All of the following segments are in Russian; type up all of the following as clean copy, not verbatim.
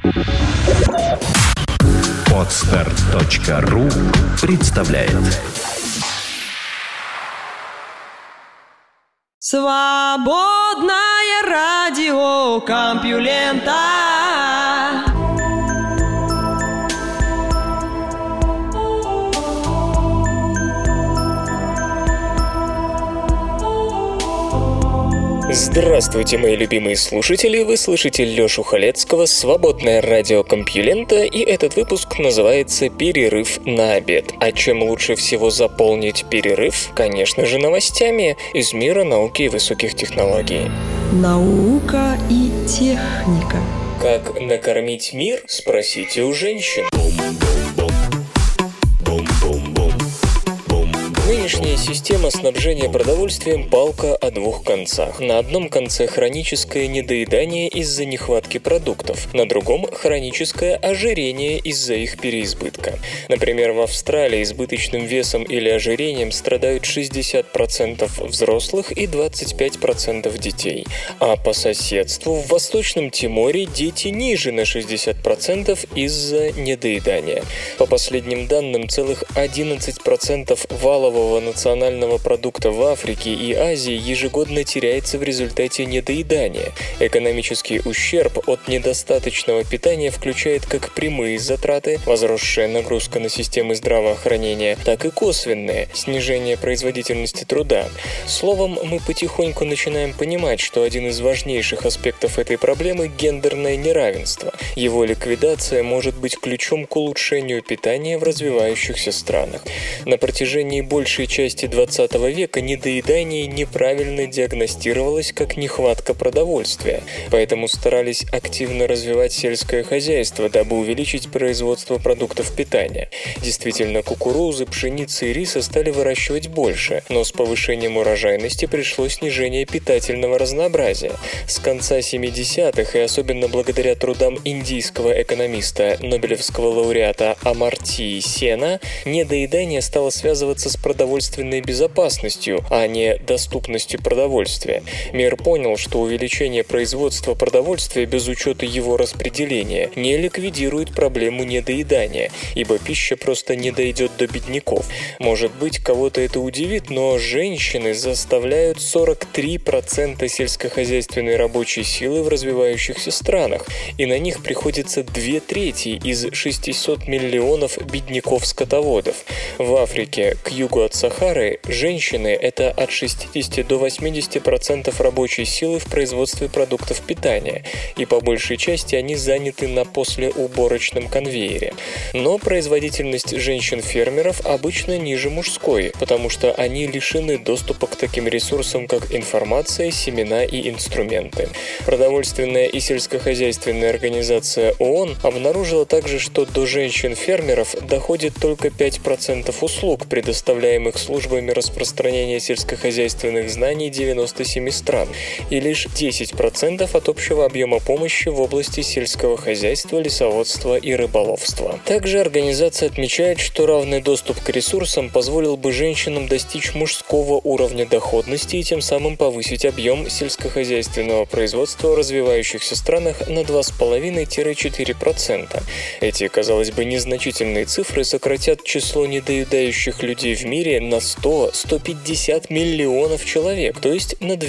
Podster.ru представляет. Свободное радио Компьюлента. Здравствуйте, мои любимые слушатели! Вы слышите Лёшу Халецкого, «Свободное радио Компьюлента», и этот выпуск называется «Перерыв на обед». А чем лучше всего заполнить перерыв? Конечно же, новостями из мира науки и высоких технологий. Наука и техника. Как накормить мир? Спросите у женщин. Нынешняя система снабжения продовольствием – палка о двух концах. На одном конце хроническое недоедание из-за нехватки продуктов, на другом – хроническое ожирение из-за их переизбытка. Например, в Австралии избыточным весом или ожирением страдают 60% взрослых и 25% детей. А по соседству в Восточном Тиморе дети ниже на 60% из-за недоедания. По последним данным, целых 11% валового национального продукта в Африке и Азии ежегодно теряется в результате недоедания. Экономический ущерб от недостаточного питания включает как прямые затраты, возросшая нагрузка на системы здравоохранения, так и косвенные, снижение производительности труда. Словом, мы потихоньку начинаем понимать, что один из важнейших аспектов этой проблемы – гендерное неравенство. Его ликвидация может быть ключом к улучшению питания в развивающихся странах. На протяжении большей части 20 века недоедание неправильно диагностировалось как нехватка продовольствия, поэтому старались активно развивать сельское хозяйство, дабы увеличить производство продуктов питания. Действительно, кукурузы, пшеницы и риса стали выращивать больше, но с повышением урожайности пришло снижение питательного разнообразия. С конца 70-х, и особенно благодаря трудам индийского экономиста, нобелевского лауреата Амартьи Сена, недоедание стало связываться с продовольственной безопасностью, а не доступностью продовольствия. Мир понял, что увеличение производства продовольствия без учета его распределения не ликвидирует проблему недоедания, ибо пища просто не дойдет до бедняков. Может быть, кого-то это удивит, но женщины заставляют 43% сельскохозяйственной рабочей силы в развивающихся странах, и на них приходится 2/3 из 600 миллионов бедняков-скотоводов. В Африке, к югу от Сахары, женщины – это от 60 до 80% рабочей силы в производстве продуктов питания, и по большей части они заняты на послеуборочном конвейере. Но производительность женщин-фермеров обычно ниже мужской, потому что они лишены доступа к таким ресурсам, как информация, семена и инструменты. Продовольственная и сельскохозяйственная организация ООН обнаружила также, что до женщин-фермеров доходит только 5% услуг, предоставляемых службами распространения сельскохозяйственных знаний 97 стран, и лишь 10% от общего объема помощи в области сельского хозяйства, лесоводства и рыболовства. Также организация отмечает, что равный доступ к ресурсам позволил бы женщинам достичь мужского уровня доходности и тем самым повысить объем сельскохозяйственного производства в развивающихся странах на 2,5-4%. Эти, казалось бы, незначительные цифры сократят число недоедающих людей в мире на 100-150 миллионов человек, то есть на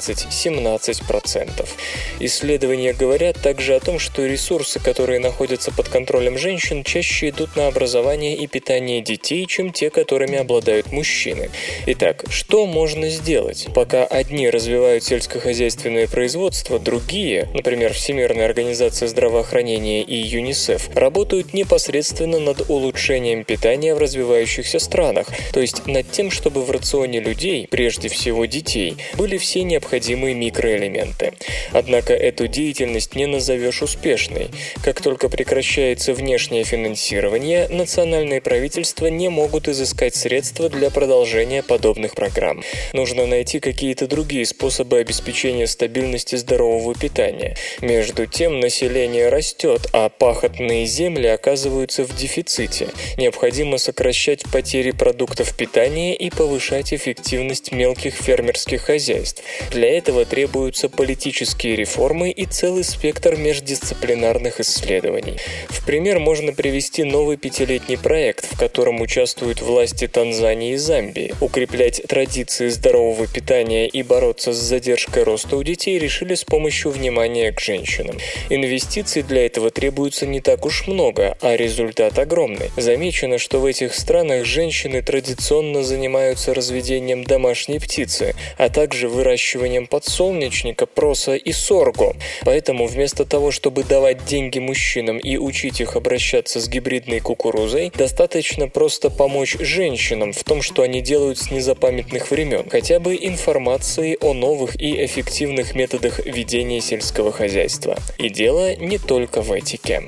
12-17%. Исследования говорят также о том, что ресурсы, которые находятся под контролем женщин, чаще идут на образование и питание детей, чем те, которыми обладают мужчины. Итак, что можно сделать? Пока одни развивают сельскохозяйственное производство, другие, например, Всемирная организация здравоохранения и ЮНИСЕФ, работают непосредственно над улучшением питания в развивающихся странах, то есть над тем, чтобы в рационе людей, прежде всего детей, были все необходимые микроэлементы. Однако эту деятельность не назовешь успешной. Как только прекращается внешнее финансирование, национальные правительства не могут изыскать средства для продолжения подобных программ. Нужно найти какие-то другие способы обеспечения стабильности здорового питания. Между тем, население растет, а пахотные земли оказываются в дефиците. Необходимо сокращать потери продуктов питания питания и повышать эффективность мелких фермерских хозяйств. Для этого требуются политические реформы и целый спектр междисциплинарных исследований. В пример можно привести новый 5-летний проект, в котором участвуют власти Танзании и Замбии. Укреплять традиции здорового питания и бороться с задержкой роста у детей решили с помощью внимания к женщинам. Инвестиций для этого требуется не так уж много, а результат огромный. Замечено, что в этих странах женщины традиционно занимаются разведением домашней птицы, а также выращиванием подсолнечника, проса и сорго. Поэтому вместо того, чтобы давать деньги мужчинам и учить их обращаться с гибридной кукурузой, достаточно просто помочь женщинам в том, что они делают с незапамятных времен, хотя бы информацией о новых и эффективных методах ведения сельского хозяйства. И дело не только в этике.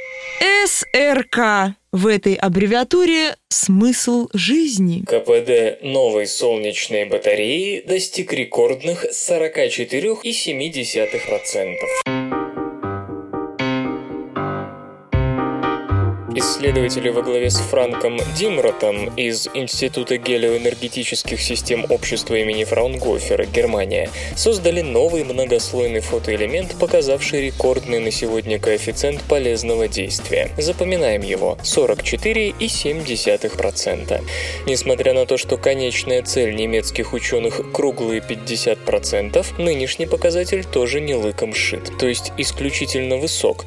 СРК. В этой аббревиатуре смысл жизни. КПД новой солнечной батареи достиг рекордных 44,7%. Исследователи во главе с Франком Димротом из Института гелиоэнергетических систем общества имени Фраунгофера, Германия, создали новый многослойный фотоэлемент, показавший рекордный на сегодня коэффициент полезного действия. Запоминаем его – 44,7%. Несмотря на то, что конечная цель немецких ученых – круглые 50%, нынешний показатель тоже не лыком шит, то есть исключительно высок –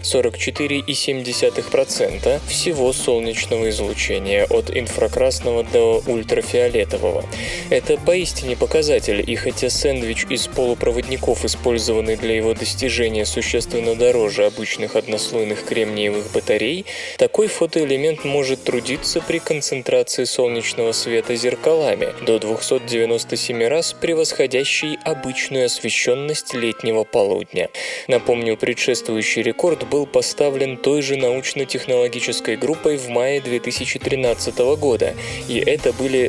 44,7% всего солнечного излучения от инфракрасного до ультрафиолетового. Это поистине показатель, и хотя сэндвич из полупроводников, использованный для его достижения, существенно дороже обычных однослойных кремниевых батарей, такой фотоэлемент может трудиться при концентрации солнечного света зеркалами до 297 раз превосходящей обычную освещенность летнего полудня. Напомню, предшествующий рекорд был поставлен той же научно-технологической группой в мае 2013 года, и это были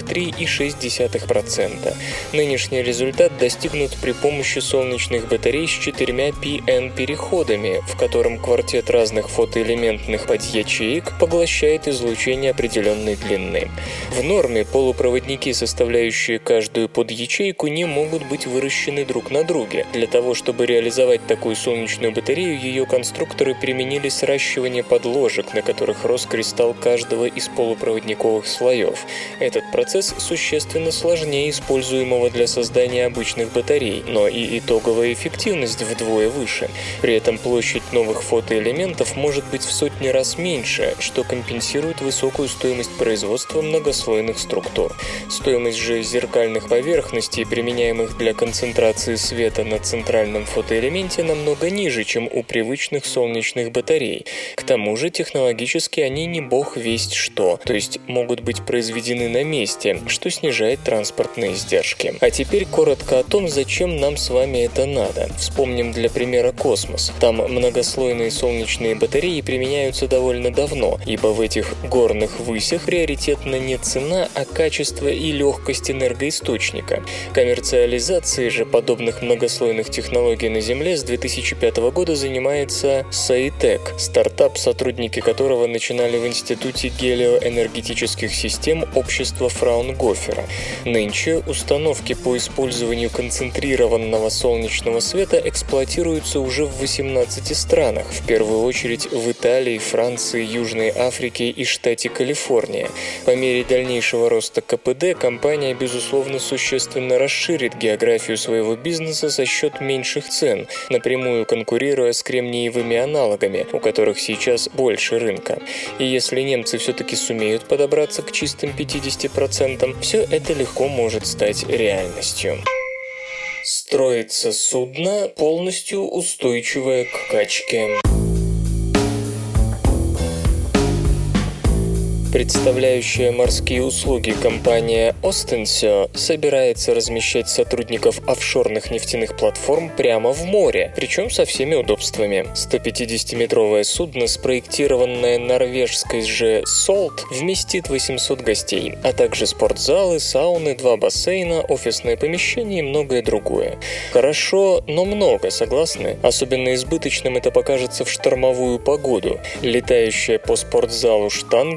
43,6%. Нынешний результат достигнут при помощи солнечных батарей с 4 PN-переходами, в котором квартет разных фотоэлементных подячеек поглощает излучение определенной длины. В норме полупроводники, составляющие каждую подячейку, не могут быть выращены друг на друге. Для того, чтобы реализовать такую солнечную батарею, ее конструкторы применили сращивание подложек, на которых рос кристалл каждого из полупроводниковых слоев. Этот процесс существенно сложнее используемого для создания обычных батарей, но и итоговая эффективность вдвое выше. При этом площадь новых фотоэлементов может быть в сотни раз меньше, что компенсирует высокую стоимость производства многослойных структур. Стоимость же зеркальных поверхностей, применяемых для концентрации света на центральном фотоэлементе, намного ниже, чем у привычных солнечных батарей. К тому же технологически они не бог весть что, то есть могут быть произведены на месте, что снижает транспортные издержки. А теперь коротко о том, зачем нам с вами это надо. Вспомним для примера космос. Там многослойные солнечные батареи применяются довольно давно, ибо в этих горных высях приоритетна не цена, а качество и легкость энергоисточника. Коммерциализацией же подобных многослойных технологий на Земле с 2005 года занимается Saitec, стартап, сотрудники которого начинали в Институте гелиоэнергетических систем общества Фраунгофера. Нынче установки по использованию концентрированного солнечного света эксплуатируются уже в 18 странах, в первую очередь в Италии, Франции, Южной Африке и штате Калифорния. По мере дальнейшего роста КПД компания, безусловно, существенно расширит географию своего бизнеса за счет меньших цен, напрямую конкурируя с кремниевыми аналогами, у которых сейчас больше рынка. И если немцы все-таки сумеют подобраться к чистым 50%, все это легко может стать реальностью. Строится судно, полностью устойчивое к качке. Представляющая морские услуги компания Остенсио собирается размещать сотрудников офшорных нефтяных платформ прямо в море, причем со всеми удобствами. 150-метровое судно, спроектированное норвежской же Salt, вместит 800 гостей, а также спортзалы, сауны, 2 бассейна, офисное помещение и многое другое. Хорошо, но много, согласны? Особенно избыточным это покажется в штормовую погоду. Летающая по спортзалу штанга то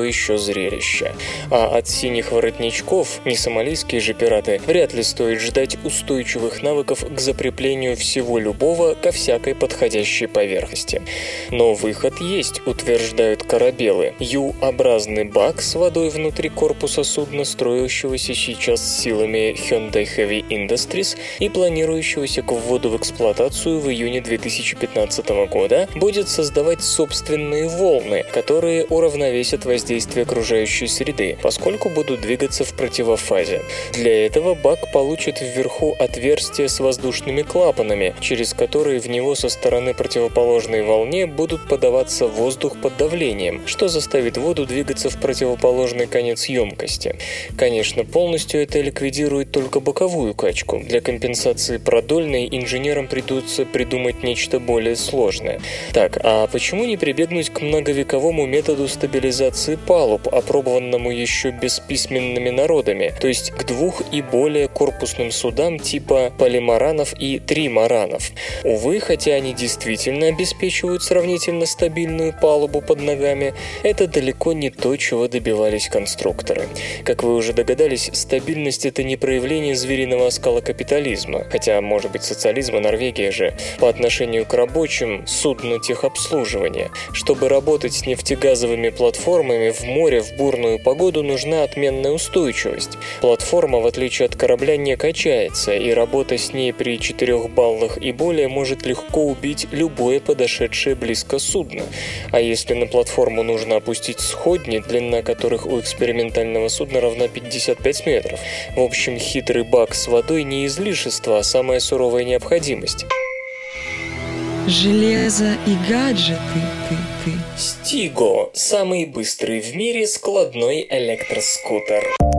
еще зрелище. А от синих воротничков, не сомалийские же пираты, вряд ли стоит ждать устойчивых навыков к запреплению всего любого ко всякой подходящей поверхности. Но выход есть, утверждают корабелы. U-образный бак с водой внутри корпуса судна, строящегося сейчас силами Hyundai Heavy Industries и планирующегося к вводу в эксплуатацию в июне 2015 года, будет создавать собственные волны, которые уравновесят воздействие окружающей среды, поскольку будут двигаться в противофазе. Для этого бак получит вверху отверстие с воздушными клапанами, через которые в него со стороны противоположной волне будут подаваться воздух под давлением, что заставит воду двигаться в противоположный конец емкости. Конечно, полностью это ликвидирует только боковую качку. Для компенсации продольной инженерам придется придумать нечто более сложное. Так, а почему не прибегнуть к многовековому методу стабилизации палуб, опробованному еще бесписьменными народами, то есть к 2 и более корпусным судам типа полимаранов и тримаранов? Увы, хотя они действительно обеспечивают сравнительно стабильную палубу под ногами, это далеко не то, чего добивались конструкторы. Как вы уже догадались, стабильность — это не проявление звериного оскала капитализма, хотя, может быть, социализма, Норвегия же, по отношению к рабочим судно-техобслуживания. Чтобы работать с нефтегазовыми платформами в море в бурную погоду, нужна отменная устойчивость. Платформа, в отличие от корабля, не качается, и работа с ней при 4 баллах и более может легко убить любое подошедшее близко судно. А если на платформу нужно опустить сходни, длина которых у экспериментального судна равна 55 метров. В общем, хитрый бак с водой не излишество, а самая суровая необходимость. Железо и гаджеты. Stigo – самый быстрый в мире складной электроскутер.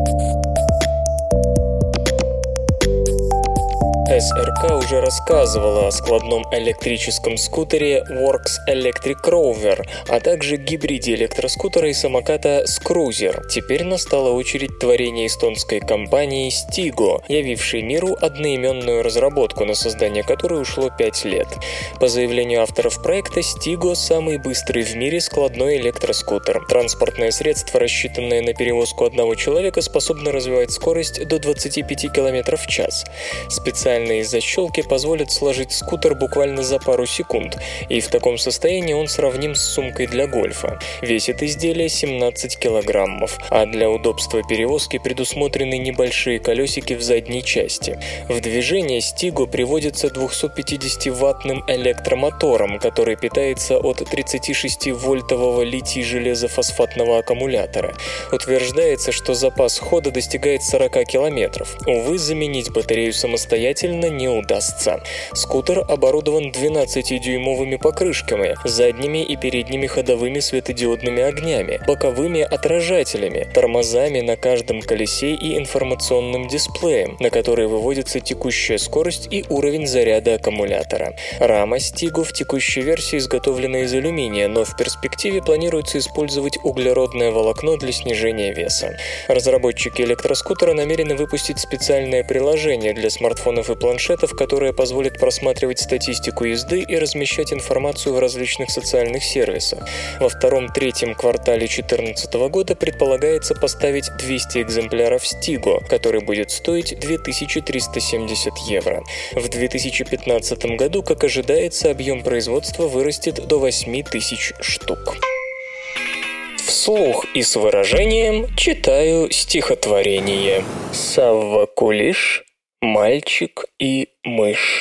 СРК уже рассказывала о складном электрическом скутере Works Electric Rover, а также гибриде электроскутера и самоката Skruiser. Теперь настала очередь творения эстонской компании Stigo, явившей миру одноименную разработку, на создание которой ушло 5 лет. По заявлению авторов проекта, Stigo – самый быстрый в мире складной электроскутер. Транспортное средство, рассчитанное на перевозку одного человека, способно развивать скорость до 25 км в час. Специальные защелки позволят сложить скутер буквально за пару секунд, и в таком состоянии он сравним с сумкой для гольфа. Весит изделие 17 килограммов, а для удобства перевозки предусмотрены небольшие колесики в задней части. В движение Stigo приводится 250-ваттным электромотором, который питается от 36-вольтового литий-железофосфатного аккумулятора. Утверждается, что запас хода достигает 40 километров. Увы, заменить батарею самостоятельно не удастся. Скутер оборудован 12-дюймовыми покрышками, задними и передними ходовыми светодиодными огнями, боковыми отражателями, тормозами на каждом колесе и информационным дисплеем, на который выводится текущая скорость и уровень заряда аккумулятора. Рама Stigo в текущей версии изготовлена из алюминия, но в перспективе планируется использовать углеродное волокно для снижения веса. Разработчики электроскутера намерены выпустить специальное приложение для смартфонов и планшетов, которое позволит просматривать статистику езды и размещать информацию в различных социальных сервисах. Во втором-третьем квартале 2014 года предполагается поставить 200 экземпляров Stigo, который будет стоить 2370 евро. В 2015 году, как ожидается, объем производства вырастет до 8000 штук. Вслух и с выражением читаю стихотворение. Савва Кулиш, мальчик и мышь.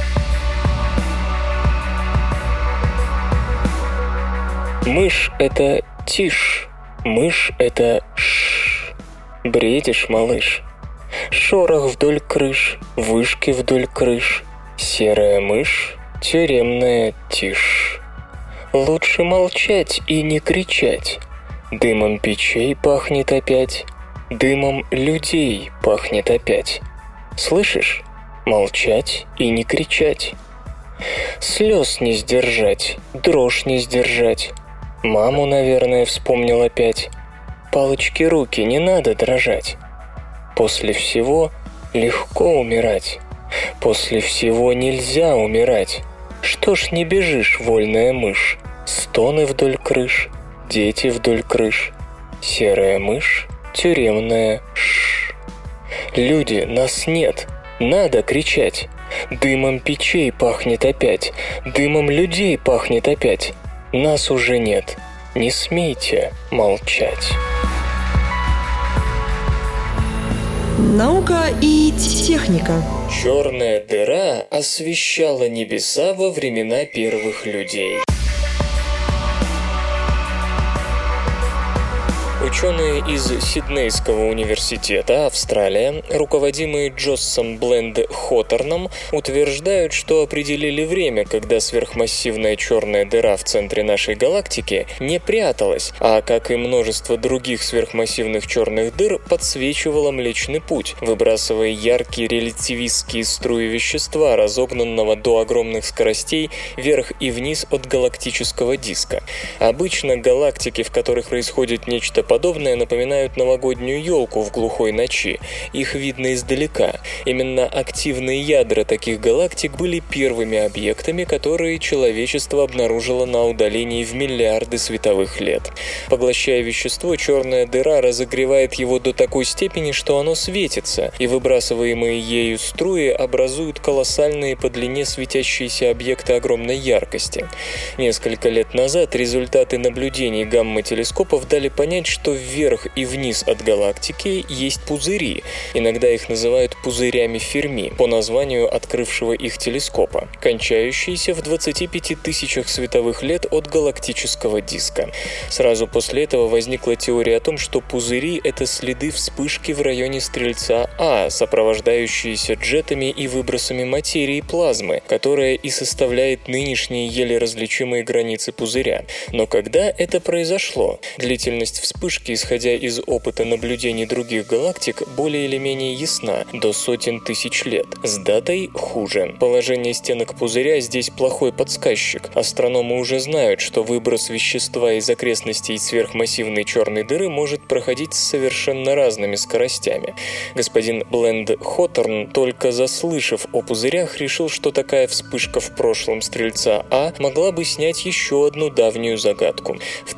Мышь — это тишь, мышь — это ш. Бредишь, малыш. Шорох вдоль крыш, вышки вдоль крыш. Серая мышь, тюремная тишь. Лучше молчать и не кричать. Дымом печей пахнет опять, дымом людей пахнет опять. Слышишь? Молчать и не кричать. Слез не сдержать, дрожь не сдержать. Маму, наверное, вспомнил опять. Палочки руки, не надо дрожать. После всего легко умирать. После всего нельзя умирать. Что ж не бежишь, вольная мышь? Стоны вдоль крыш, дети вдоль крыш. Серая мышь, тюремная Люди, нас нет. Надо кричать. Дымом печей пахнет опять. Дымом людей пахнет опять. Нас уже нет. Не смейте молчать. Наука и техника. Черная дыра освещала небеса во времена первых людей. Ученые из Сиднейского университета, Австралия, руководимые Джоссом Бленд Хоторном, утверждают, что определили время, когда сверхмассивная черная дыра в центре нашей галактики не пряталась, а, как и множество других сверхмассивных черных дыр, подсвечивала Млечный Путь, выбрасывая яркие релятивистские струи вещества, разогнанного до огромных скоростей вверх и вниз от галактического диска. Обычно галактики, в которых происходит нечто подобное, напоминают новогоднюю елку в глухой ночи. Их видно издалека. Именно активные ядра таких галактик были первыми объектами, которые человечество обнаружило на удалении в миллиарды световых лет. Поглощая вещество, черная дыра разогревает его до такой степени, что оно светится, и выбрасываемые ею струи образуют колоссальные по длине светящиеся объекты огромной яркости. Несколько лет назад результаты наблюдений гамма-телескопов дали понять, что вверх и вниз от галактики есть пузыри. Иногда их называют пузырями Ферми, по названию открывшего их телескопа, кончающиеся в 25 тысячах световых лет от галактического диска. Сразу после этого возникла теория о том, что пузыри — это следы вспышки в районе Стрельца А, сопровождающиеся джетами и выбросами материи плазмы, которая и составляет нынешние еле различимые границы пузыря. Но когда это произошло? Длительность вспышки, исходя из опыта наблюдений других галактик, более или менее ясна, до сотен тысяч лет. С датой хуже. Положение стенок пузыря здесь плохой подсказчик. Астрономы уже знают, что выброс вещества из окрестностей сверхмассивной черной дыры может проходить с совершенно разными скоростями. Господин Бленд Хоторн, только заслышав о пузырях, решил, что такая вспышка в прошлом Стрельца А могла бы снять еще одну давнюю загадку. В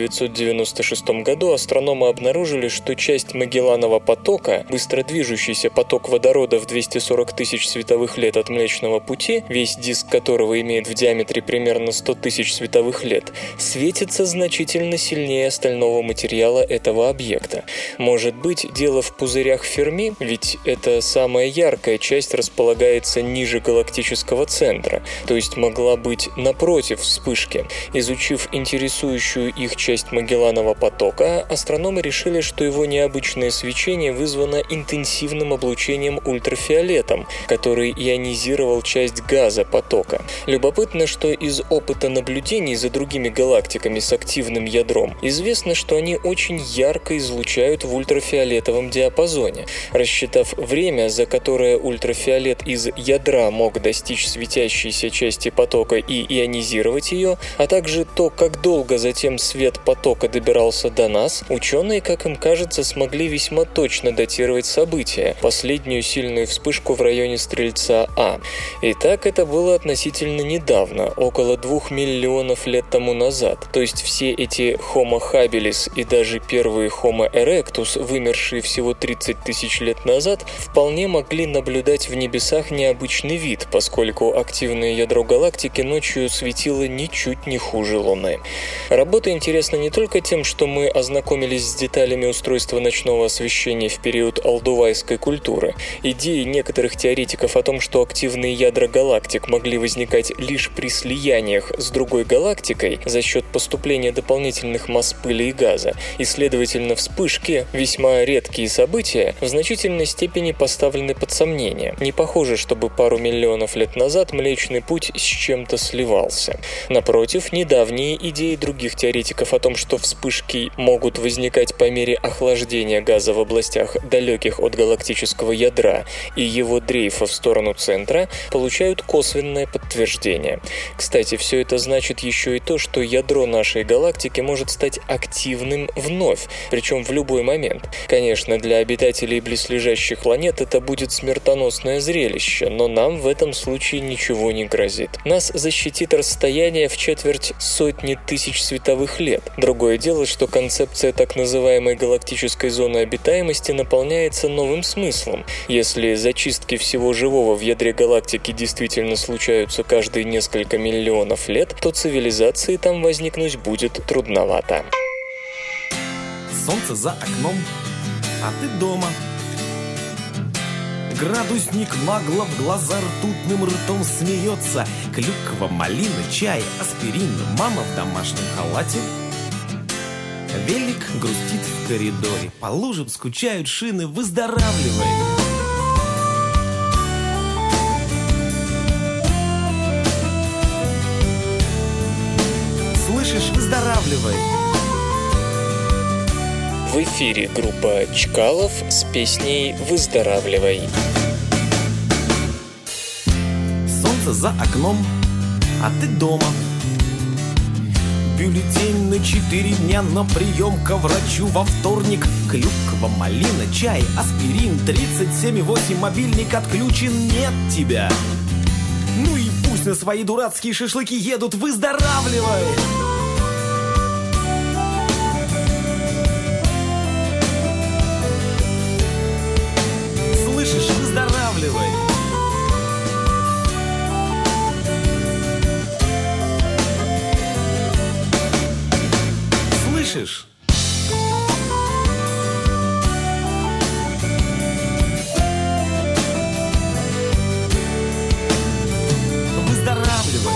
1996 году астрономы обнаружили, что часть Магелланова потока, быстро движущийся поток водорода в 240 тысяч световых лет от Млечного Пути, весь диск которого имеет в диаметре примерно 100 тысяч световых лет, светится значительно сильнее остального материала этого объекта. Может быть, дело в пузырях Ферми, ведь эта самая яркая часть располагается ниже галактического центра, то есть могла быть напротив вспышки. Изучив интересующую их часть Магелланова потока, астрономы решили, что его необычное свечение вызвано интенсивным облучением ультрафиолетом, который ионизировал часть газа потока. Любопытно, что из опыта наблюдений за другими галактиками с активным ядром известно, что они очень ярко излучают в ультрафиолетовом диапазоне. Рассчитав время, за которое ультрафиолет из ядра мог достичь светящейся части потока и ионизировать ее, а также то, как долго затем свет потока добирался до нас, ученые, как им кажется, смогли весьма точно датировать события, последнюю сильную вспышку в районе Стрельца А. Итак, это было относительно недавно, около 2 миллионов лет тому назад, то есть все эти Homo habilis и даже первые Homo erectus, вымершие всего 30 тысяч лет назад, вполне могли наблюдать в небесах необычный вид, поскольку активное ядро галактики ночью светило ничуть не хуже Луны. Работа интересна не только тем, что мы ознакомились с деталями устройства ночного освещения в период олдувайской культуры. Идеи некоторых теоретиков о том, что активные ядра галактик могли возникать лишь при слияниях с другой галактикой за счет поступления дополнительных масс пыли и газа, и, следовательно, вспышки, весьма редкие события, в значительной степени поставлены под сомнение. Не похоже, чтобы пару миллионов лет назад Млечный Путь с чем-то сливался. Напротив, недавние идеи других теоретиков о том, что вспышки могут возникать по мере охлаждения газа в областях, далеких от галактического ядра, и его дрейфа в сторону центра, получают косвенное подтверждение. Кстати, все это значит еще и то, что ядро нашей галактики может стать активным вновь, причем в любой момент. Конечно, для обитателей близлежащих планет это будет смертоносное зрелище, но нам в этом случае ничего не грозит. Нас защитит расстояние в четверть сотни тысяч световых лет. Другое дело, что концы концепция так называемой галактической зоны обитаемости наполняется новым смыслом. Если зачистки всего живого в ядре галактики действительно случаются каждые несколько миллионов лет, то цивилизации там возникнуть будет трудновато. Солнце за окном, а ты дома. Градусник нагло в глаза ртутным ртом смеется. Клюква, малина, чай, аспирин, мама в домашнем халате. Велик грустит в коридоре, по лужам скучают шины, выздоравливай. Слышишь, выздоравливай. В эфире группа Чкалов с песней «Выздоравливай». Солнце за окном, а ты дома. Бюллетень на 4 дня, на прием ко врачу во вторник. Клюква, малина, чай, аспирин, 37,8, мобильник отключен, нет тебя. Ну и пусть на свои дурацкие шашлыки едут, выздоравливай. Слышишь, выздоравливай. Слышишь? Выздоравливай.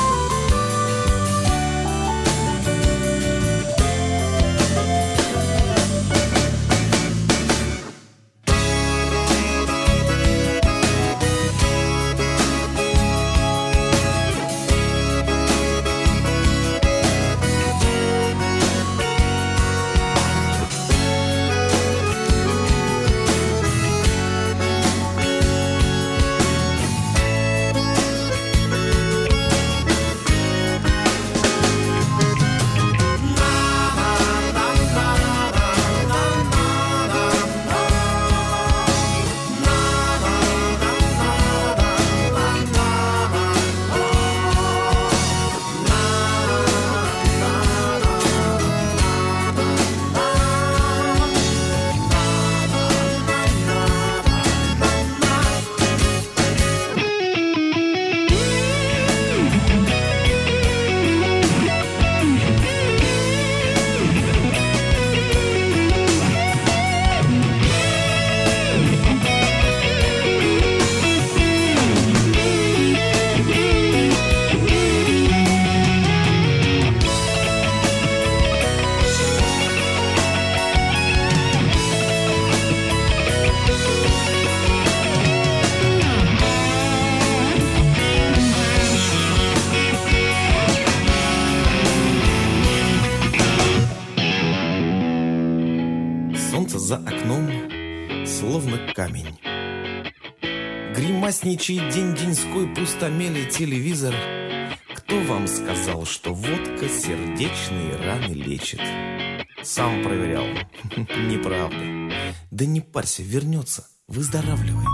За окном словно камень. Гримасничает день-деньской, пустомелый телевизор. Кто вам сказал, что водка сердечные раны лечит? Сам проверял. Неправда. Да не парься, вернется. Выздоравливай.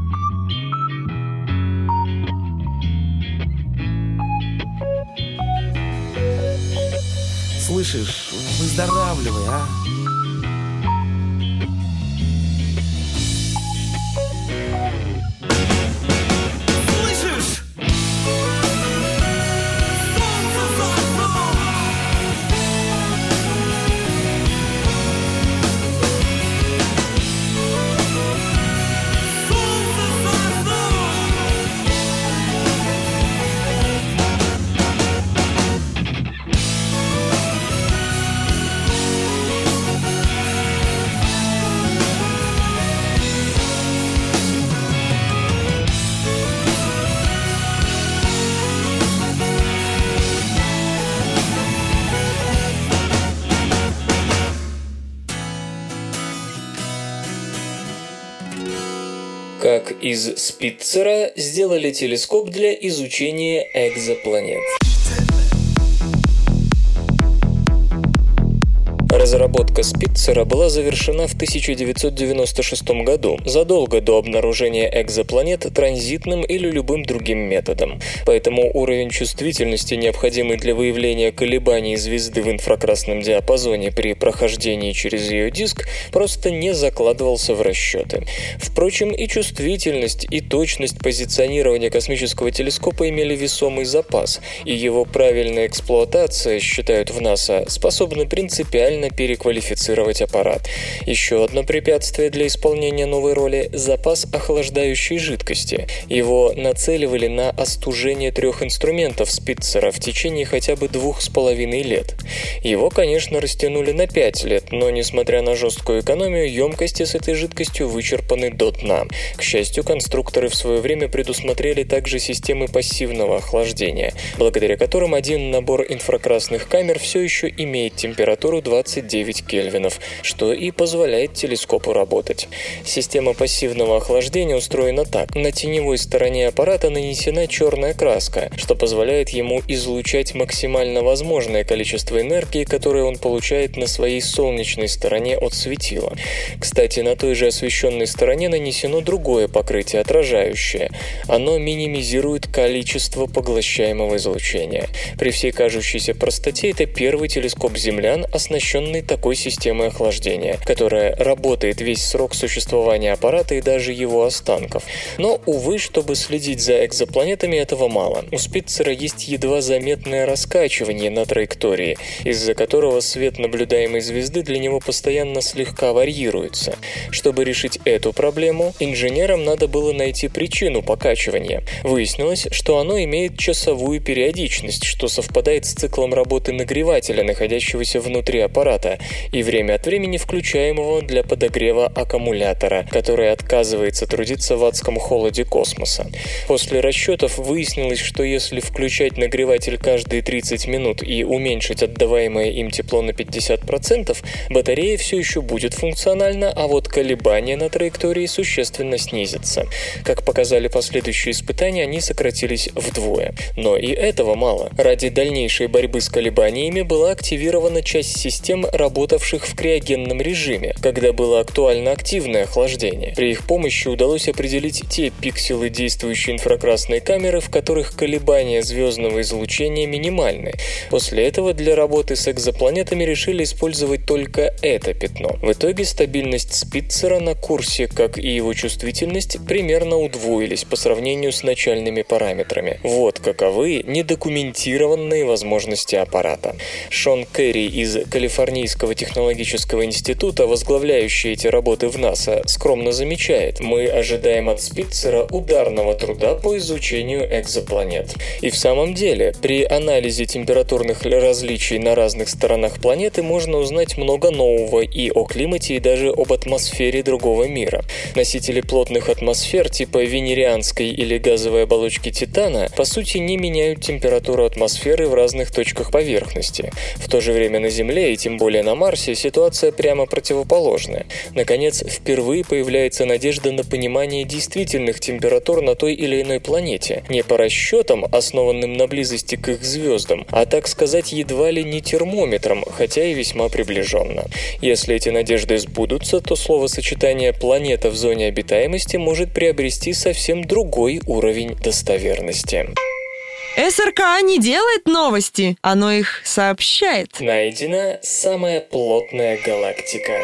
Слышишь, выздоравливай, а? Как из Спитцера сделали телескоп для изучения экзопланет. Разработка Спитцера была завершена в 1996 году, задолго до обнаружения экзопланет транзитным или любым другим методом. Поэтому уровень чувствительности, необходимый для выявления колебаний звезды в инфракрасном диапазоне при прохождении через ее диск, просто не закладывался в расчеты. Впрочем, и чувствительность, и точность позиционирования космического телескопа имели весомый запас, и его правильная эксплуатация, считают в НАСА, способна принципиально переквалифицировать аппарат. Еще одно препятствие для исполнения новой роли – запас охлаждающей жидкости. Его нацеливали на остужение 3 инструментов Спитцера в течение хотя бы 2,5 лет. Его, конечно, растянули на 5 лет, но, несмотря на жесткую экономию, емкости с этой жидкостью вычерпаны до дна. К счастью, конструкторы в свое время предусмотрели также системы пассивного охлаждения, благодаря которым один набор инфракрасных камер все еще имеет температуру 29 кельвинов, что и позволяет телескопу работать. Система пассивного охлаждения устроена так. На теневой стороне аппарата нанесена черная краска, что позволяет ему излучать максимально возможное количество энергии, которое он получает на своей солнечной стороне от светила. Кстати, на той же освещенной стороне нанесено другое покрытие, отражающее. Оно минимизирует количество поглощаемого излучения. При всей кажущейся простоте это первый телескоп землян, оснащенный такой системой охлаждения, которая работает весь срок существования аппарата и даже его останков. Но, увы, чтобы следить за экзопланетами, этого мало. У Спитцера есть едва заметное раскачивание на траектории, из-за которого свет наблюдаемой звезды для него постоянно слегка варьируется. Чтобы решить эту проблему, инженерам надо было найти причину покачивания. Выяснилось, что оно имеет часовую периодичность, что совпадает с циклом работы нагревателя, находящегося внутри аппарата, и время от времени включаемого для подогрева аккумулятора, который отказывается трудиться в адском холоде космоса. После расчетов выяснилось, что если включать нагреватель каждые 30 минут и уменьшить отдаваемое им тепло на 50%, батарея все еще будет функциональна, а вот колебания на траектории существенно снизятся. Как показали последующие испытания, они сократились вдвое. Но и этого мало. Ради дальнейшей борьбы с колебаниями была активирована часть систем, работавших в криогенном режиме, когда было актуально активное охлаждение. При их помощи удалось определить те пикселы действующей инфракрасной камеры, в которых колебания звездного излучения минимальны. После этого для работы с экзопланетами решили использовать только это пятно. В итоге стабильность Спитцера на курсе, как и его чувствительность, примерно удвоились по сравнению с начальными параметрами. Вот каковы недокументированные возможности аппарата. Шон Керри из Калифорнийского технологического института, возглавляющий эти работы в НАСА, скромно замечает: «Мы ожидаем от Спитцера ударного труда по изучению экзопланет». И в самом деле, при анализе температурных различий на разных сторонах планеты можно узнать много нового и о климате, и даже об атмосфере другого мира. Носители плотных атмосфер типа венерианской или газовой оболочки Титана по сути не меняют температуру атмосферы в разных точках поверхности. В то же время на Земле, и тем более на Марсе, ситуация прямо противоположная. Наконец, впервые появляется надежда на понимание действительных температур на той или иной планете. Не по расчетам, основанным на близости к их звездам, а, так сказать, едва ли не термометром, хотя и весьма приближенно. Если эти надежды сбудутся, то словосочетание «планета в зоне обитаемости» может приобрести совсем другой уровень достоверности. СРК не делает новости, оно их сообщает. Найдена самая плотная галактика.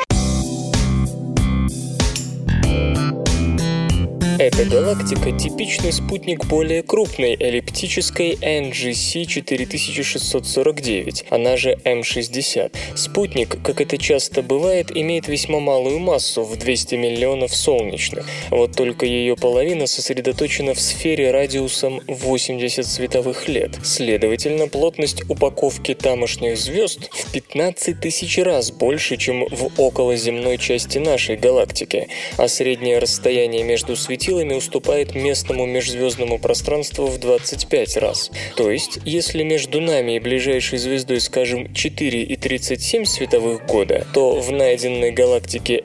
Эта галактика – типичный спутник более крупной эллиптической NGC 4649, она же М60. Спутник, как это часто бывает, имеет весьма малую массу в 200 миллионов солнечных. Вот только ее половина сосредоточена в сфере радиусом 80 световых лет. Следовательно, плотность упаковки тамошних звезд в 15 тысяч раз больше, чем в околоземной части нашей галактики, а среднее расстояние между светилами светилами уступает местному межзвездному пространству в 25 раз. То есть, если между нами и ближайшей звездой, скажем, 4,37 световых года, то в найденной галактике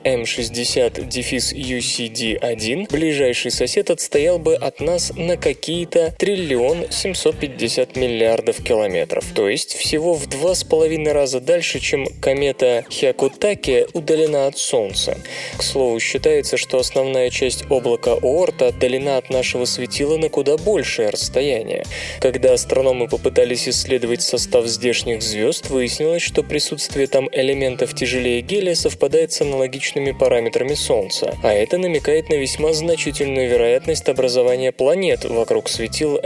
M60-UCD1 ближайший сосед отстоял бы от нас на какие-то 1 750 миллиардов километров. То есть, всего в 2,5 раза дальше, чем комета Хякутаке удалена от Солнца. К слову, считается, что основная часть облака Оорта отдалена от нашего светила на куда большее расстояние. Когда астрономы попытались исследовать состав здешних звезд, выяснилось, что присутствие там элементов тяжелее гелия совпадает с аналогичными параметрами Солнца, а это намекает на весьма значительную вероятность образования планет вокруг светил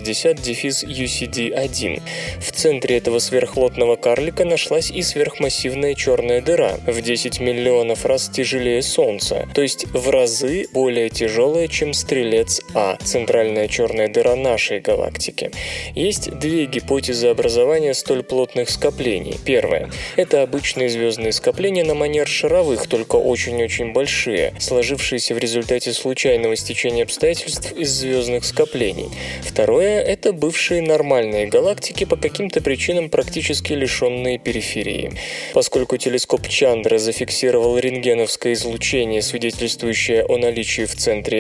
M60-UCD1. В центре этого сверхплотного карлика нашлась и сверхмассивная черная дыра, в 10 миллионов раз тяжелее Солнца, то есть в разы более тяжелая, чем Стрелец А, центральная черная дыра нашей галактики. Есть две гипотезы образования столь плотных скоплений. Первая – это обычные звездные скопления на манер шаровых, только очень-очень большие, сложившиеся в результате случайного стечения обстоятельств из звездных скоплений. Второе – это бывшие нормальные галактики, по каким-то причинам практически лишенные периферии. Поскольку телескоп Чандра зафиксировал рентгеновское излучение, свидетельствующее о наличии в центре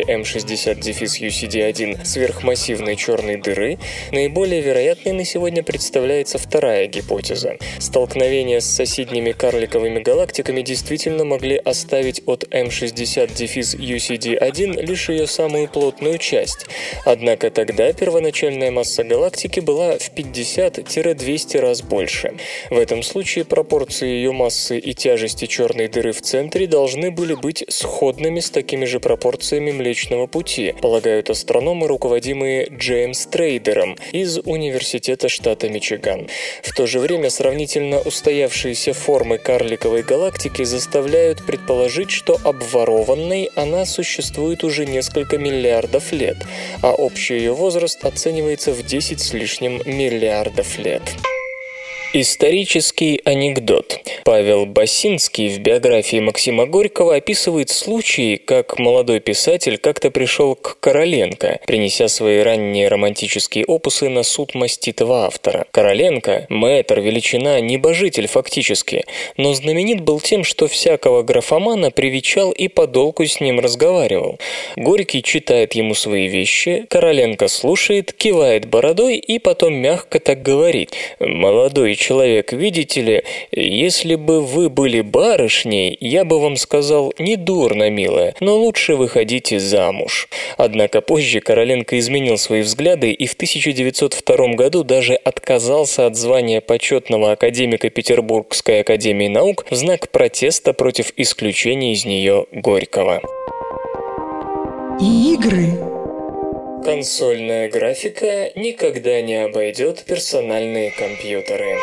M60-UCD1 сверхмассивной черной дыры, наиболее вероятной на сегодня представляется вторая гипотеза. Столкновения с соседними карликовыми галактиками действительно могли оставить от M60-UCD1 лишь ее самую плотную часть. Однако тогда первоначальная масса галактики была в 50-200 раз больше. В этом случае пропорции ее массы и тяжести черной дыры в центре должны были быть сходными с такими же пропорциями Млечного Пути, полагают астрономы, руководимые Джеймс Трейдером из Университета штата Мичиган. В то же время сравнительно устоявшиеся формы карликовой галактики заставляют предположить, что обворованной она существует уже несколько миллиардов лет, а общий ее возраст оценивается в 10 с лишним миллиардов лет. Исторический анекдот. Павел Басинский в биографии Максима Горького описывает случай, как молодой писатель как-то пришел к Короленко, принеся свои ранние романтические опусы на суд маститого автора. Короленко – мэтр, величина, небожитель фактически, но знаменит был тем, что всякого графомана привечал и подолгу с ним разговаривал. Горький читает ему свои вещи, Короленко слушает, кивает бородой и потом мягко так говорит: «Молодой человек, видите ли, если бы вы были барышней, я бы вам сказал: недурно, милая, но лучше выходите замуж». Однако позже Короленко изменил свои взгляды и в 1902 году даже отказался от звания почетного академика Петербургской академии наук в знак протеста против исключения из нее Горького. Игры. Консольная графика никогда не обойдет персональные компьютеры.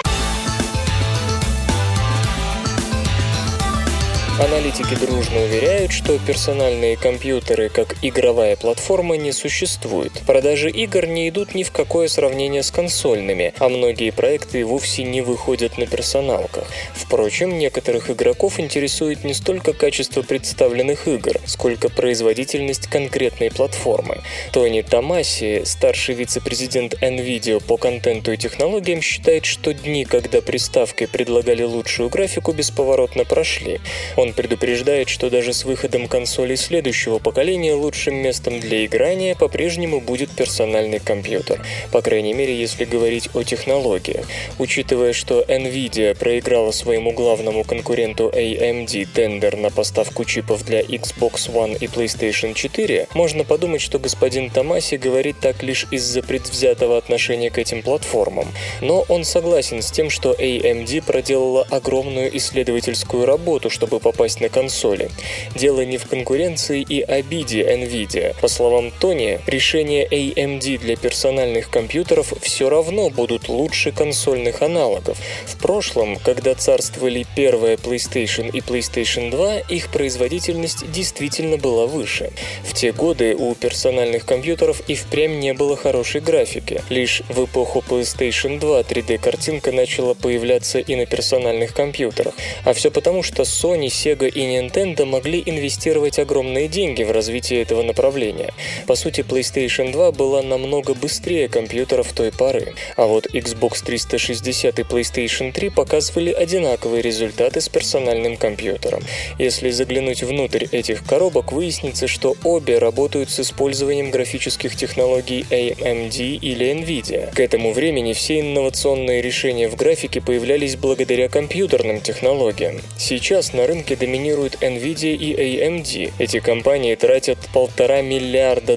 Аналитики дружно уверяют, что персональные компьютеры как игровая платформа не существует. Продажи игр не идут ни в какое сравнение с консольными, а многие проекты вовсе не выходят на персоналках. Впрочем, некоторых игроков интересует не столько качество представленных игр, сколько производительность конкретной платформы. Тони Томаси, старший вице-президент NVIDIA по контенту и технологиям, считает, что дни, когда приставки предлагали лучшую графику, бесповоротно прошли. Он предупреждает, что даже с выходом консолей следующего поколения лучшим местом для играния по-прежнему будет персональный компьютер. По крайней мере, если говорить о технологиях. Учитывая, что NVIDIA проиграла своему главному конкуренту AMD тендер на поставку чипов для Xbox One и PlayStation 4, можно подумать, что господин Томаси говорит так лишь из-за предвзятого отношения к этим платформам. Но он согласен с тем, что AMD проделала огромную исследовательскую работу, чтобы попасть на консоли. Дело не в конкуренции и обиде NVIDIA. По словам Тони, решения AMD для персональных компьютеров все равно будут лучше консольных аналогов. В прошлом, когда царствовали первая PlayStation и PlayStation 2, их производительность действительно была выше. В те годы у персональных компьютеров и впрямь не было хорошей графики. Лишь в эпоху PlayStation 2 3D-картинка начала появляться и на персональных компьютерах. А все потому, что Sony, Sega Sega и Nintendo могли инвестировать огромные деньги в развитие этого направления. По сути, PlayStation 2 была намного быстрее компьютеров той поры, а вот Xbox 360 и PlayStation 3 показывали одинаковые результаты с персональным компьютером. Если заглянуть внутрь этих коробок, выяснится, что обе работают с использованием графических технологий AMD или Nvidia. К этому времени все инновационные решения в графике появлялись благодаря компьютерным технологиям. Сейчас на рынке доминируют Nvidia и AMD. Эти компании тратят $1,5 миллиарда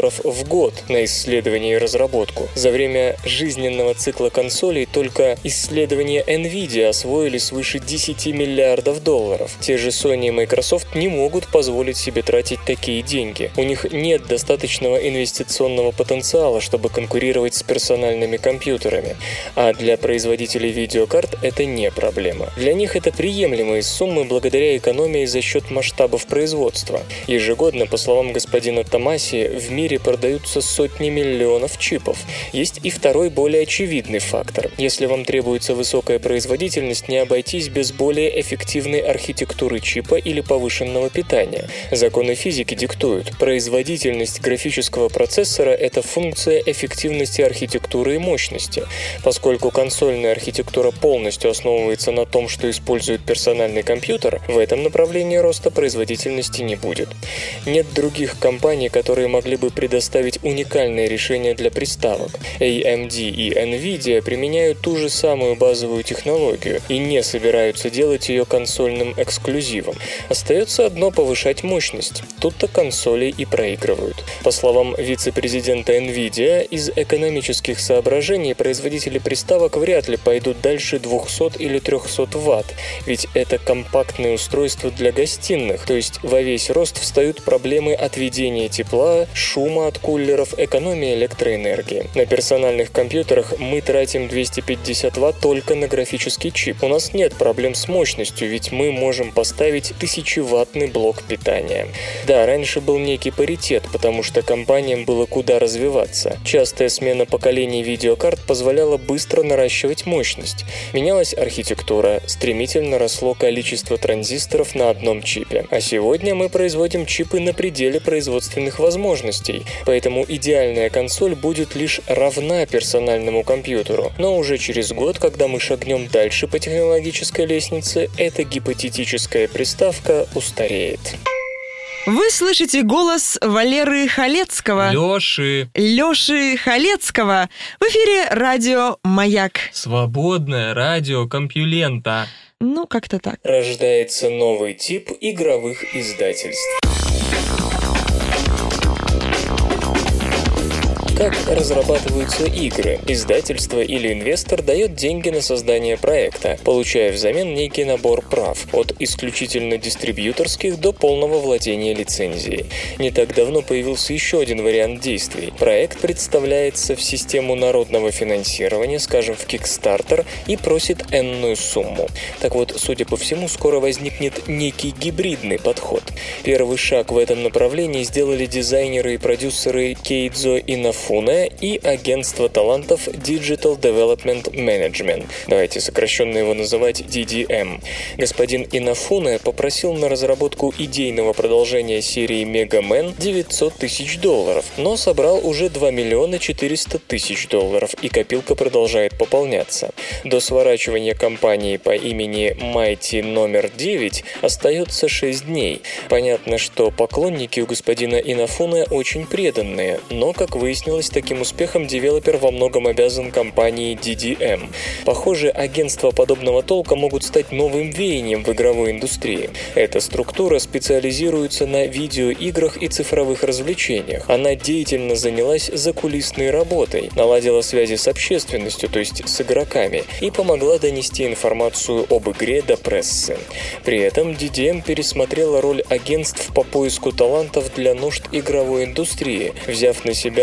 в год на исследование и разработку. За время жизненного цикла консолей только исследования Nvidia освоили свыше $10 миллиардов. Те же Sony и Microsoft не могут позволить себе тратить такие деньги. У них нет достаточного инвестиционного потенциала, чтобы конкурировать с персональными компьютерами. А для производителей видеокарт это не проблема. Для них это приемлемые суммы благодаря экономии за счет масштабов производства. Ежегодно, по словам господина Томаси, в мире продаются сотни миллионов чипов. Есть и второй, более очевидный фактор. Если вам требуется высокая производительность, не обойтись без более эффективной архитектуры чипа или повышенного питания. Законы физики диктуют: производительность графического процессора – это функция эффективности архитектуры и мощности. Поскольку консольная архитектура полностью основывается на том, что использует персональный компьютер, в этом направлении роста производительности не будет. Нет других компаний, которые могли бы предоставить уникальное решение для приставок. AMD и Nvidia применяют ту же самую базовую технологию и не собираются делать ее консольным эксклюзивом. Остается одно — повышать мощность. Тут-то консоли и проигрывают. По словам вице-президента Nvidia, из экономических соображений производители приставок вряд ли пойдут дальше 200 или 300 Вт, ведь это компактные устройства для гостиных, то есть во весь рост встают проблемы отведения тепла, шума от кулеров, экономии электроэнергии. На персональных компьютерах мы тратим 250 Вт только на графический чип. У нас нет проблем с мощностью, ведь мы можем поставить 1000-ваттный блок питания. Да, раньше был некий паритет, потому что компаниям было куда развиваться. Частая смена поколений видеокарт позволяла быстро наращивать мощность. Менялась архитектура, стремительно росло количество транзисторов на одном чипе. А сегодня мы производим чипы на пределе производственных возможностей, поэтому идеальная консоль будет лишь равна персональному компьютеру. Но уже через год, когда мы шагнем дальше по технологической лестнице, эта гипотетическая приставка устареет. Вы слышите голос Валеры Халецкого. Лёши Халецкого. В эфире радио «Маяк». Свободное радио Компьюлента. Ну, как-то так. Рождается новый тип игровых издательств. Как разрабатываются игры? Издательство или инвестор дает деньги на создание проекта, получая взамен некий набор прав, от исключительно дистрибьюторских до полного владения лицензией. Не так давно появился еще один вариант действий. Проект представляется в систему народного финансирования, скажем, в Kickstarter, и просит энную сумму. Так вот, судя по всему, скоро возникнет некий гибридный подход. Первый шаг в этом направлении сделали дизайнеры и продюсеры Кейдзо Инафуне и агентство талантов Digital Development Management. Давайте сокращенно его называть DDM. Господин Инафуне попросил на разработку идейного продолжения серии Mega Man $900 тысяч, но собрал уже $2 400 000, и копилка продолжает пополняться. До сворачивания компании по имени Mighty номер 9 остается 6 дней. Понятно, что поклонники у господина Инафуне очень преданные, но, как выяснилось, таким успехом девелопер во многом обязан компании DDM. Похоже, агентства подобного толка могут стать новым веянием в игровой индустрии. Эта структура специализируется на видеоиграх и цифровых развлечениях. Она деятельно занялась закулисной работой, наладила связи с общественностью, то есть с игроками, и помогла донести информацию об игре до прессы. При этом DDM пересмотрела роль агентств по поиску талантов для нужд игровой индустрии, взяв на себя многие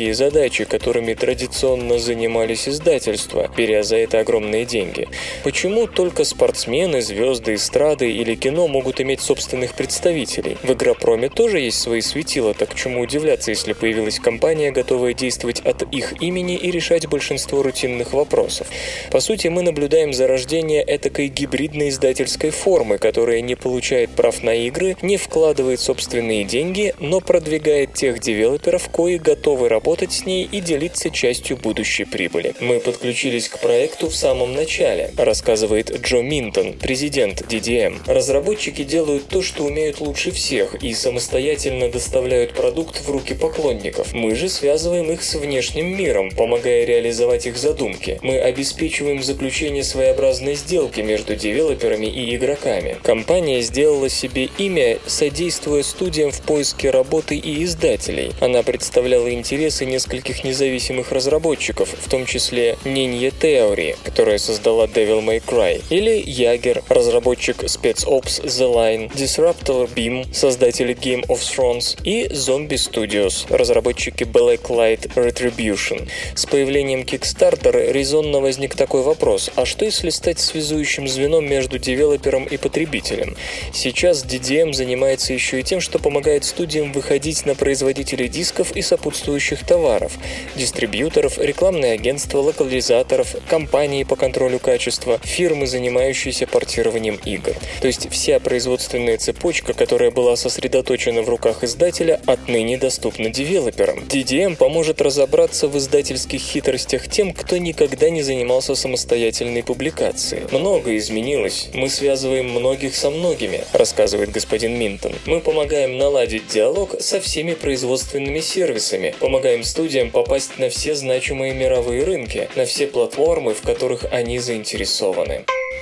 многие задачи, которыми традиционно занимались издательства, беря за это огромные деньги. Почему только спортсмены, звезды эстрады или кино могут иметь собственных представителей? В Игропроме тоже есть свои светила, так чему удивляться, если появилась компания, готовая действовать от их имени и решать большинство рутинных вопросов. По сути, мы наблюдаем зарождение этакой гибридной издательской формы, которая не получает прав на игры, не вкладывает собственные деньги, но продвигает тех девелоперов, кои готовы работать с ней и делиться частью будущей прибыли. Мы подключились к проекту в самом начале, рассказывает Джо Минтон, президент DDM. Разработчики делают то, что умеют лучше всех, и самостоятельно доставляют продукт в руки поклонников. Мы же связываем их с внешним миром, помогая реализовать их задумки. Мы обеспечиваем заключение своеобразной сделки между девелоперами и игроками. Компания сделала себе имя, содействуя студиям в поиске работы и издателей. Она представляла интересы нескольких независимых разработчиков, в том числе Ninja Theory, которая создала Devil May Cry, или Jaeger, разработчик Spec Ops The Line, Disruptor Beam, создатели Game of Thrones, и Zombie Studios, разработчики Blacklight Retribution. С появлением Kickstarter резонно возник такой вопрос: а что если стать связующим звеном между девелопером и потребителем? Сейчас DDM занимается еще и тем, что помогает студиям выходить на производителей дисков и сопутствующих товаров, дистрибьюторов, рекламные агентства, локализаторов, компании по контролю качества, фирмы, занимающиеся портированием игр. То есть вся производственная цепочка, которая была сосредоточена в руках издателя, отныне доступна девелоперам. DDM поможет разобраться в издательских хитростях тем, кто никогда не занимался самостоятельной публикацией. Многое изменилось. Мы связываем многих со многими, рассказывает господин Минтон. Мы помогаем наладить диалог со всеми производственными сервисами, помогаем студиям попасть на все значимые мировые рынки, на все платформы, в которых они заинтересованы.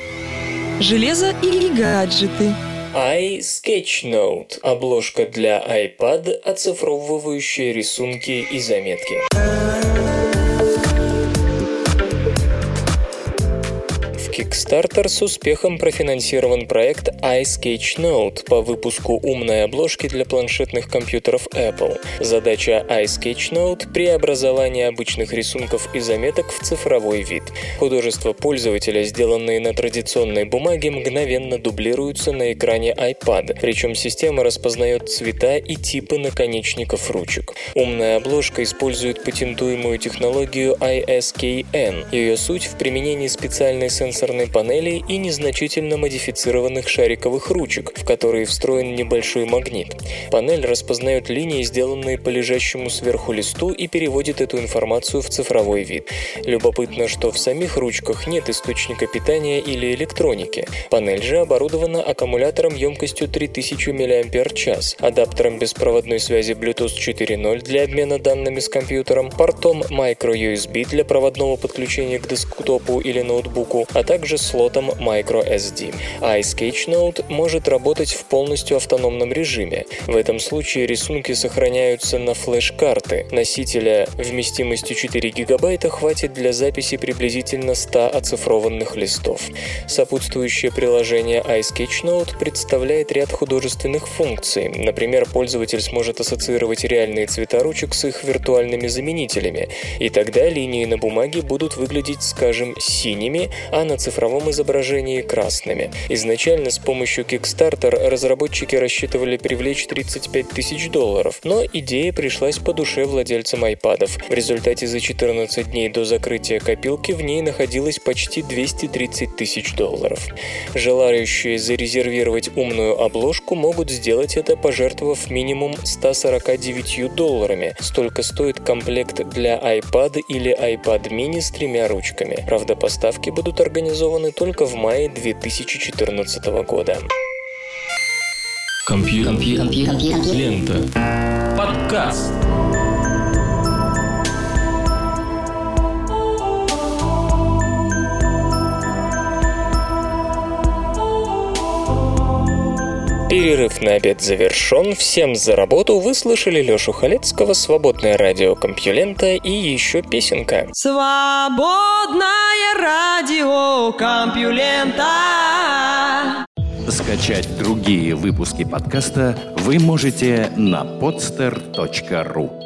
Железо или гаджеты? iSketchnote – обложка для iPad, оцифровывающая рисунки и заметки. Kickstarter с успехом профинансирован проект iSketchnote по выпуску умной обложки для планшетных компьютеров Apple. Задача iSketchnote – преобразование обычных рисунков и заметок в цифровой вид. Художества пользователя, сделанные на традиционной бумаге, мгновенно дублируются на экране iPad, причем система распознает цвета и типы наконечников ручек. Умная обложка использует патентуемую технологию ISKN. Ее суть в применении специальной сенсорной панели и незначительно модифицированных шариковых ручек, в которые встроен небольшой магнит. Панель распознает линии, сделанные по лежащему сверху листу, и переводит эту информацию в цифровой вид. Любопытно, что в самих ручках нет источника питания или электроники. Панель же оборудована аккумулятором емкостью 3000 мАч, адаптером беспроводной связи Bluetooth 4.0 для обмена данными с компьютером, портом microUSB для проводного подключения к десктопу или ноутбуку, а также слотом microSD. iSketchnote может работать в полностью автономном режиме. В этом случае рисунки сохраняются на флеш-карты. Носителя вместимостью 4 ГБ хватит для записи приблизительно 100 оцифрованных листов. Сопутствующее приложение iSketchnote представляет ряд художественных функций. Например, пользователь сможет ассоциировать реальные цвета ручек с их виртуальными заменителями, и тогда линии на бумаге будут выглядеть, скажем, синими, а на цифровом изображении красными. Изначально с помощью Kickstarter разработчики рассчитывали привлечь $35 тысяч, но идея пришлась по душе владельцам айпадов. В результате за 14 дней до закрытия копилки в ней находилось почти $230 тысяч. Желающие зарезервировать умную обложку могут сделать это, пожертвовав минимум $149. Столько стоит комплект для iPad или iPad mini с 3 ручками. Правда, поставки будут организованы только в мае 2014 года. Лента. Подкаст. Перерыв на обед завершен. Всем за работу. Вы слышали Лешу Халецкого, Свободное радио Компьюлента и еще песенка. Свободное радио Компьюлента. Скачать другие выпуски подкаста вы можете на podster.ru.